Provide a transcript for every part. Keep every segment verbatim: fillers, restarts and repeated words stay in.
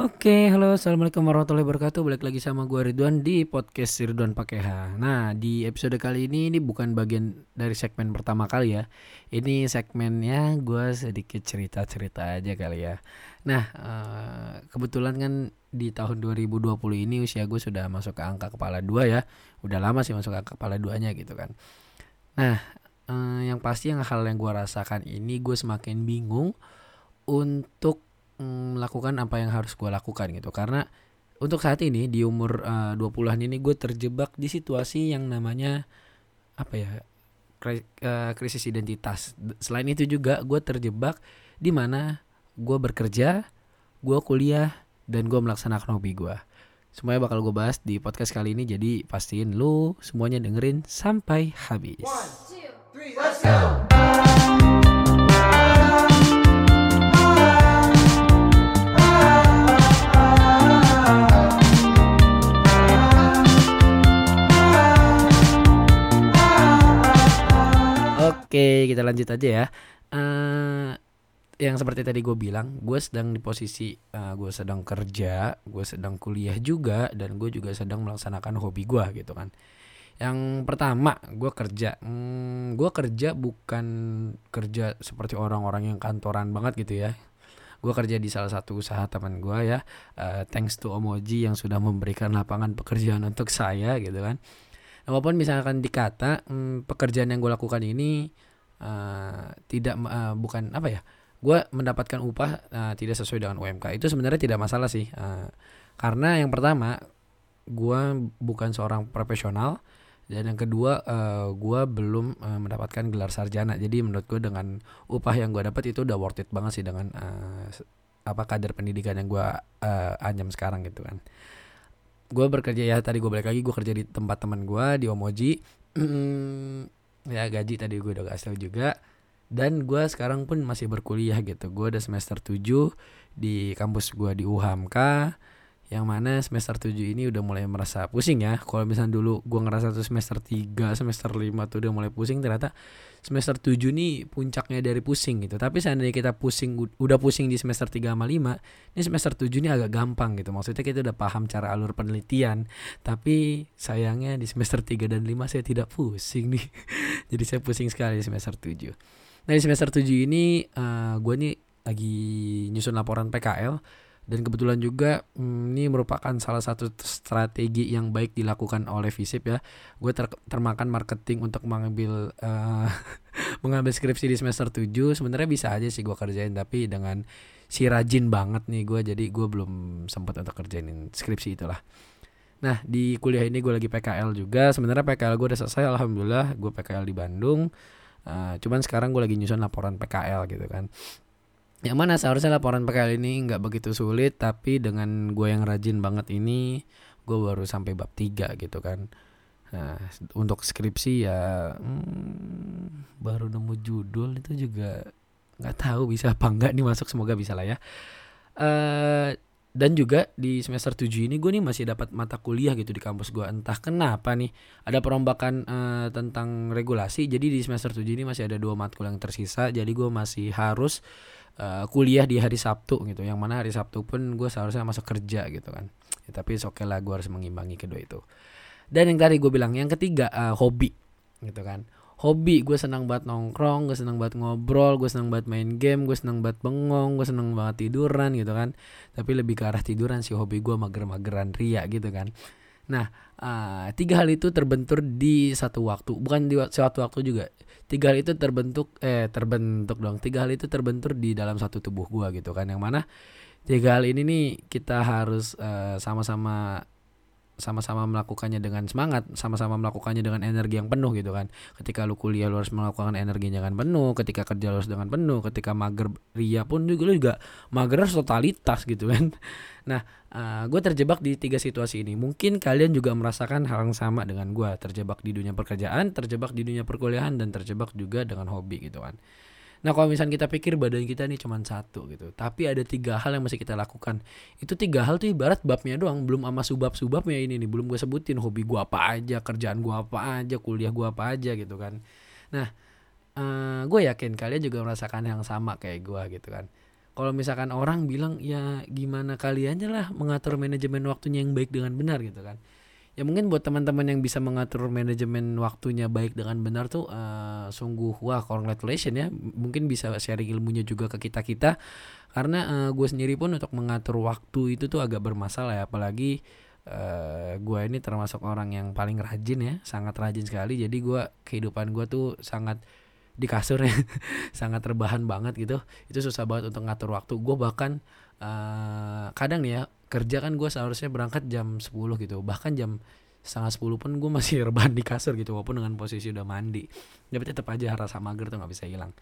Oke, halo, assalamualaikum warahmatullahi wabarakatuh. Balik lagi sama gue Ridwan di podcast si Ridwan pakai H. Nah, di episode kali ini ini bukan bagian dari segmen pertama kali ya. Ini segmennya gue sedikit cerita-cerita aja kali ya. Nah, eh, kebetulan kan di tahun dua ribu dua puluh ini usia gue sudah masuk ke angka kepala dua ya. Udah lama sih masuk ke angka kepala duanya gitu kan. Nah, eh, yang pasti yang hal yang gue rasakan ini gue semakin bingung untuk mm, melakukan apa yang harus gue lakukan gitu, karena untuk saat ini di umur uh, dua puluhan-an ini gue terjebak di situasi yang namanya apa ya, kri- uh, krisis identitas. D- Selain itu juga gue terjebak di mana gue bekerja, gue kuliah, dan gue melaksanakan hobi gue. Semuanya bakal gue bahas di podcast kali ini, jadi pastiin lu semuanya dengerin sampai habis. Oke, kita lanjut aja ya. Eh, yang seperti tadi gue bilang, gue sedang di posisi eh, gue sedang kerja, gue sedang kuliah juga, dan gue juga sedang melaksanakan hobi gue gitu kan. Yang pertama, gue kerja. Hmm, gue kerja bukan kerja seperti orang-orang yang kantoran banget gitu ya. Gue kerja di salah satu usaha teman gue ya. Eh, thanks to Omoji yang sudah memberikan lapangan pekerjaan untuk saya gitu kan. Walaupun misalkan dikata hmm, pekerjaan yang gue lakukan ini uh, tidak uh, bukan apa ya, gue mendapatkan upah uh, tidak sesuai dengan U M K, itu sebenarnya tidak masalah sih, uh, karena yang pertama gue bukan seorang profesional, dan yang kedua uh, gue belum uh, mendapatkan gelar sarjana. Jadi menurut gue dengan upah yang gue dapat itu udah worth it banget sih dengan uh, apa kadar pendidikan yang gue uh, anyam sekarang gitu kan. Gue bekerja ya, tadi gue balik lagi, gue kerja di tempat teman gue di Omoji. Ya gaji tadi gue udah kasih tau juga. Dan gue sekarang pun masih berkuliah gitu. Gue udah semester tujuh di kampus gue di U H A M K, yang mana semester tujuh ini udah mulai merasa pusing ya. Kalau misalnya dulu gue ngerasa tuh semester tiga, semester lima tuh udah mulai pusing, ternyata semester tujuh nih puncaknya dari pusing gitu. Tapi seandainya kita pusing, udah pusing di semester tiga sama lima, ini semester tujuh ini agak gampang gitu. Maksudnya kita udah paham cara alur penelitian. Tapi sayangnya di semester tiga dan lima saya tidak pusing nih. Jadi saya pusing sekali di semester tujuh. Nah di semester tujuh ini uh, gue nih lagi nyusun laporan P K L. Dan kebetulan juga hmm, ini merupakan salah satu strategi yang baik dilakukan oleh Visip ya. Gue ter- termakan marketing untuk mengambil uh, mengambil skripsi di semester tujuh. Sebenarnya bisa aja sih gue kerjain, tapi dengan si rajin banget nih gue, jadi gue belum sempat untuk kerjain skripsi itulah. Nah di kuliah ini gue lagi P K L juga. Sebenarnya P K L gue udah selesai, alhamdulillah. Gue P K L di Bandung. Uh, cuman sekarang gue lagi nyusun laporan P K L gitu kan. Yang mana seharusnya laporan P K L ini nggak begitu sulit, tapi dengan gue yang rajin banget ini, gue baru sampai bab tiga gitu kan. Nah, untuk skripsi ya hmm, baru nemu judul itu juga nggak tahu bisa apa enggak nih masuk, semoga bisa lah ya. Uh, dan juga di semester tujuh ini gue nih masih dapat mata kuliah gitu di kampus gue. Entah kenapa nih ada perombakan uh, tentang regulasi. Jadi di semester tujuh ini masih ada dua matkul yang tersisa. Jadi gue masih harus uh, kuliah di hari Sabtu gitu. Yang mana hari Sabtu pun gue seharusnya masuk kerja gitu kan. Ya, tapi oke okay lah, gue harus mengimbangi kedua itu. Dan yang tadi gue bilang yang ketiga uh, hobi gitu kan. Hobi, gue senang banget nongkrong, gue senang banget ngobrol, gue senang banget main game, gue senang banget bengong, gue senang banget tiduran gitu kan. Tapi lebih ke arah tiduran sih hobi gue, mager-mageran ria gitu kan. Nah, uh, tiga hal itu terbentur di satu waktu, bukan di suatu waktu juga. Tiga hal itu terbentuk, eh terbentuk dong. Tiga hal itu terbentur di dalam satu tubuh gue gitu kan. Yang mana tiga hal ini nih kita harus uh, sama-sama sama-sama melakukannya dengan semangat, sama-sama melakukannya dengan energi yang penuh gitu kan. Ketika lu kuliah lu harus melakukan energinya dengan penuh, ketika kerja lu harus dengan penuh, ketika mager ria pun juga lu juga mager harus totalitas gitu kan. Nah, uh, gue terjebak di tiga situasi ini. Mungkin kalian juga merasakan hal yang sama dengan gue, terjebak di dunia pekerjaan, terjebak di dunia perkuliahan, dan terjebak juga dengan hobi gitu kan. Nah kalau misalnya kita pikir badan kita nih cuma satu gitu, tapi ada tiga hal yang mesti kita lakukan. Itu tiga hal tuh ibarat babnya doang, belum sama subab-subabnya ini nih. Belum gue sebutin hobi gue apa aja, kerjaan gue apa aja, kuliah gue apa aja gitu kan. Nah uh, gue yakin kalian juga merasakan yang sama kayak gue gitu kan. Kalau misalkan orang bilang ya gimana kaliannya lah mengatur manajemen waktunya yang baik dengan benar gitu kan. Ya mungkin buat teman-teman yang bisa mengatur manajemen waktunya baik dengan benar tuh uh, sungguh wah congratulations ya. Mungkin bisa sharing ilmunya juga ke kita-kita. Karena uh, gue sendiri pun untuk mengatur waktu itu tuh agak bermasalah ya. Apalagi uh, gue ini termasuk orang yang paling rajin ya. Sangat rajin sekali. Jadi gue kehidupan gue tuh sangat di kasur ya. Sangat rebahan banget gitu. Itu susah banget untuk ngatur waktu. Gue bahkan uh, kadang nih ya kerja kan gue seharusnya berangkat jam sepuluh gitu, bahkan jam setengah sepuluh pun gue masih rebahan di kasur gitu walaupun dengan posisi udah mandi. Tapi tetap aja rasa mager tuh nggak bisa hilang.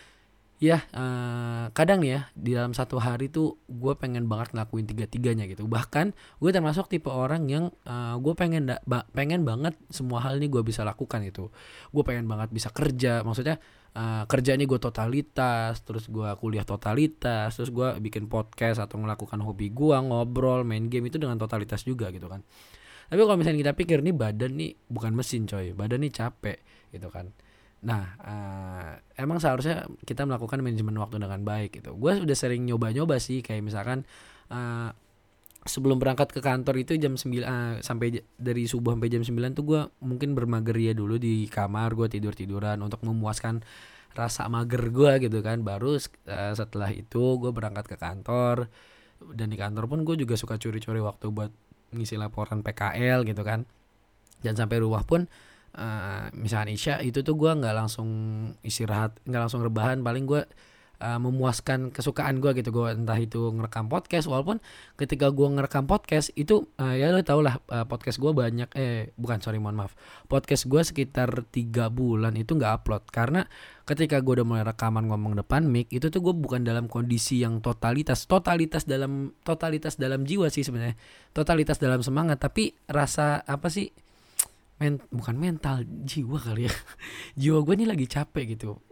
Ya uh, kadang nih ya di dalam satu hari tuh gue pengen banget ngelakuin tiga-tiganya gitu. Bahkan gue termasuk tipe orang yang uh, gue pengen da- ba- pengen banget semua hal ini gue bisa lakukan gitu. Gue pengen banget bisa kerja, maksudnya uh, kerja ini gue totalitas, terus gue kuliah totalitas, terus gue bikin podcast atau melakukan hobi gue ngobrol, main game itu dengan totalitas juga gitu kan. Tapi kalau misalnya kita pikir nih badan nih bukan mesin coy, badan nih capek gitu kan. Nah, uh, emang seharusnya kita melakukan manajemen waktu dengan baik gitu. Gue udah sering nyoba-nyoba sih, kayak misalkan uh, sebelum berangkat ke kantor itu jam sembilan uh, sampai j- dari subuh sampai jam sembilan tuh gue mungkin bermageria dulu di kamar, gue tidur-tiduran untuk memuaskan rasa mager gue gitu kan. Baru uh, setelah itu gue berangkat ke kantor, dan di kantor pun gue juga suka curi-curi waktu buat ngisi laporan P K L gitu kan. Dan sampai rumah pun Uh, misalkan Isya itu tuh gue nggak langsung istirahat, nggak langsung rebahan, paling gue uh, memuaskan kesukaan gue gitu. Gue entah itu ngerekam podcast, walaupun ketika gue ngerekam podcast itu uh, ya lo tau lah uh, podcast gue banyak eh bukan sorry mohon maaf podcast gue sekitar tiga bulan itu nggak upload karena ketika gue udah mulai rekaman ngomong depan mic itu tuh gue bukan dalam kondisi yang totalitas totalitas dalam totalitas dalam jiwa sih sebenarnya, totalitas dalam semangat, tapi rasa apa sih Men, bukan mental, jiwa kali ya. Jiwa gue nih lagi capek gitu.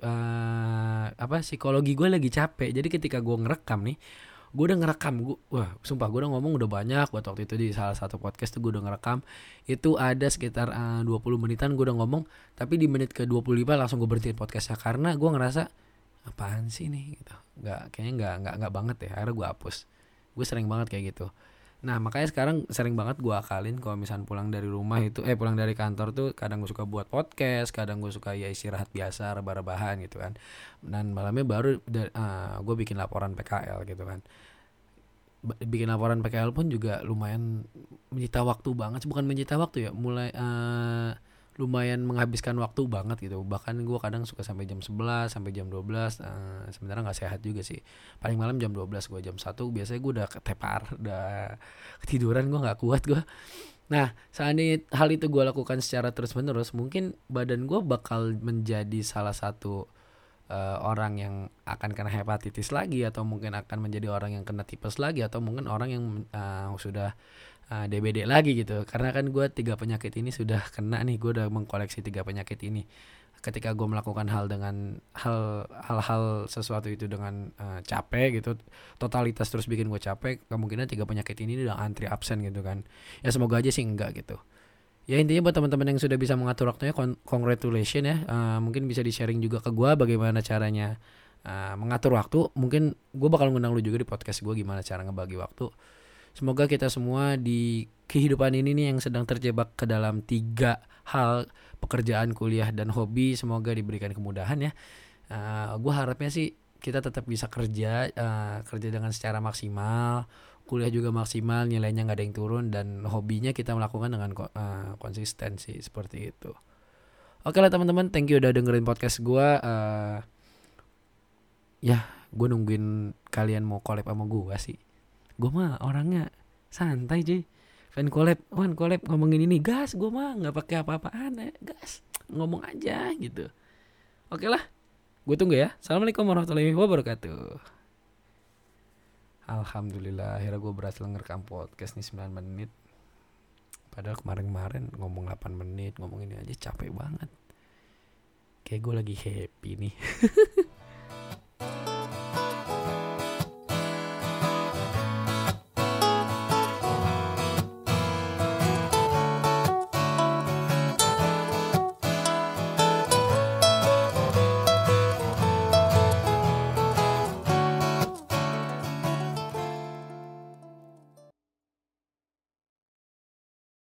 Uh, apa psikologi gue lagi capek. Jadi ketika gue ngerekam nih, gue udah ngerekam gue, wah sumpah gue udah ngomong udah banyak buat waktu itu di salah satu podcast tuh gue udah ngerekam. Itu ada sekitar uh, dua puluh menitan gue udah ngomong, tapi di menit ke dua puluh lima langsung gue berhentiin podcastnya karena gue ngerasa apaan sih nih gitu. Nggak, kayaknya nggak nggak nggak banget ya. Akhirnya gue hapus. Gue sering banget kayak gitu. Nah makanya sekarang sering banget gue akalin kalau misalnya pulang dari rumah itu eh pulang dari kantor tuh kadang gue suka buat podcast, kadang gue suka ya istirahat biasa rebah-rebahan gitu kan. Dan malamnya baru uh, gue bikin laporan P K L gitu kan. Bikin laporan P K L pun juga lumayan menyita waktu banget, bukan menyita waktu ya, mulai uh, lumayan menghabiskan waktu banget gitu. Bahkan gue kadang suka sampai jam sebelas sampai jam dua belas, uh, sebenarnya nggak sehat juga sih. Paling malam jam dua belas, gue jam satu biasanya gue udah ketepar, udah ketiduran, gue nggak kuat gue. Nah seandainya hal itu gue lakukan secara terus menerus, mungkin badan gue bakal menjadi salah satu uh, orang yang akan kena hepatitis lagi, atau mungkin akan menjadi orang yang kena tipes lagi, atau mungkin orang yang uh, sudah Uh, D B D lagi gitu. Karena kan gue tiga penyakit ini sudah kena nih, gue udah mengkoleksi tiga penyakit ini. Ketika gue melakukan hal dengan hal hal-hal sesuatu itu dengan uh, capek gitu, totalitas terus bikin gue capek, kemungkinan tiga penyakit ini udah antri absen gitu kan. Ya semoga aja sih enggak gitu. Ya intinya buat teman-teman yang sudah bisa mengatur waktunya, congratulations ya. Uh, mungkin bisa di sharing juga ke gue bagaimana caranya uh, mengatur waktu. Mungkin gue bakal ngundang lu juga di podcast gue gimana cara ngebagi waktu. Semoga kita semua di kehidupan ini nih yang sedang terjebak ke dalam tiga hal, pekerjaan, kuliah, dan hobi, semoga diberikan kemudahan ya. Uh, gue harapnya sih kita tetap bisa kerja, uh, kerja dengan secara maksimal, kuliah juga maksimal, nilainya nggak ada yang turun, dan hobinya kita melakukan dengan uh, konsistensi seperti itu. Oke lah teman-teman, thank you udah dengerin podcast gue. Uh, ya, gue nungguin kalian mau collab sama gue sih. Gue mah orangnya santai cuy, fan collab, fan collab ngomongin ini gas, gue mah nggak pakai apa-apaan ya, gas ngomong aja gitu. Oke lah, gue tunggu ya. Assalamualaikum warahmatullahi wabarakatuh. Alhamdulillah akhirnya gue berhasil ngerekam podcast nih sembilan menit. Padahal kemarin-kemarin ngomong delapan menit, ngomong ini aja capek banget. Kayak gue lagi happy nih.